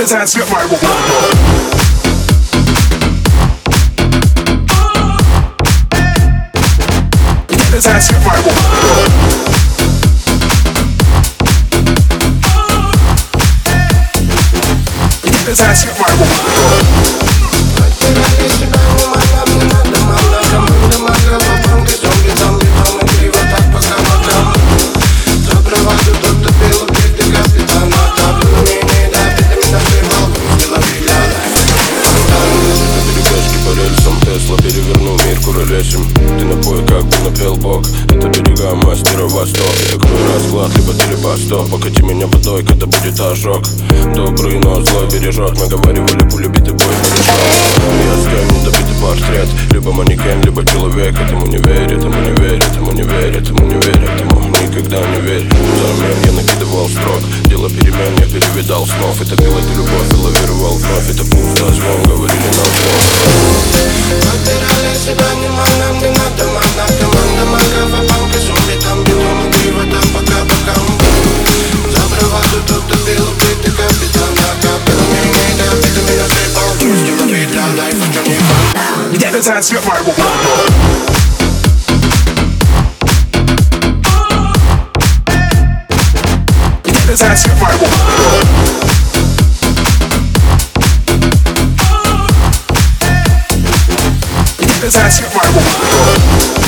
the time, skip my walk. Get the time, skip my walk. Get the time, skip my walk. Переверну мир куролесим. Ты напой, как бы напел Бог. Это берега мастера Восток. Это какой расклад, либо ты, либо стоп. Покати меня водой, когда будет ожог. Добрый, но злой бережет. Мы говорили, пули битый бой порешал. Я стою, добитый портрет. Либо манекен, либо человек. Этому не верит, этому не верит, этому не верит, этому не верит, этому никогда не верит. Взамен я накидывал строк. Дело перемен, я перевидал снов. Это пил, это любовь, и лавировал вновь. Это пусто, звон, говорили на вход. Подбирали себя вниманием, не надо манна. Команда магов, а банки сумки. Там бетон и грива, там по кабакам. За браваду тут добил убитый капитан. Я капел, не добиты меня трепал. Чувств не видя, лайф, а не фан. Get the time, skip my walk. Get the time, skip my walk. Get the time, skip my walk.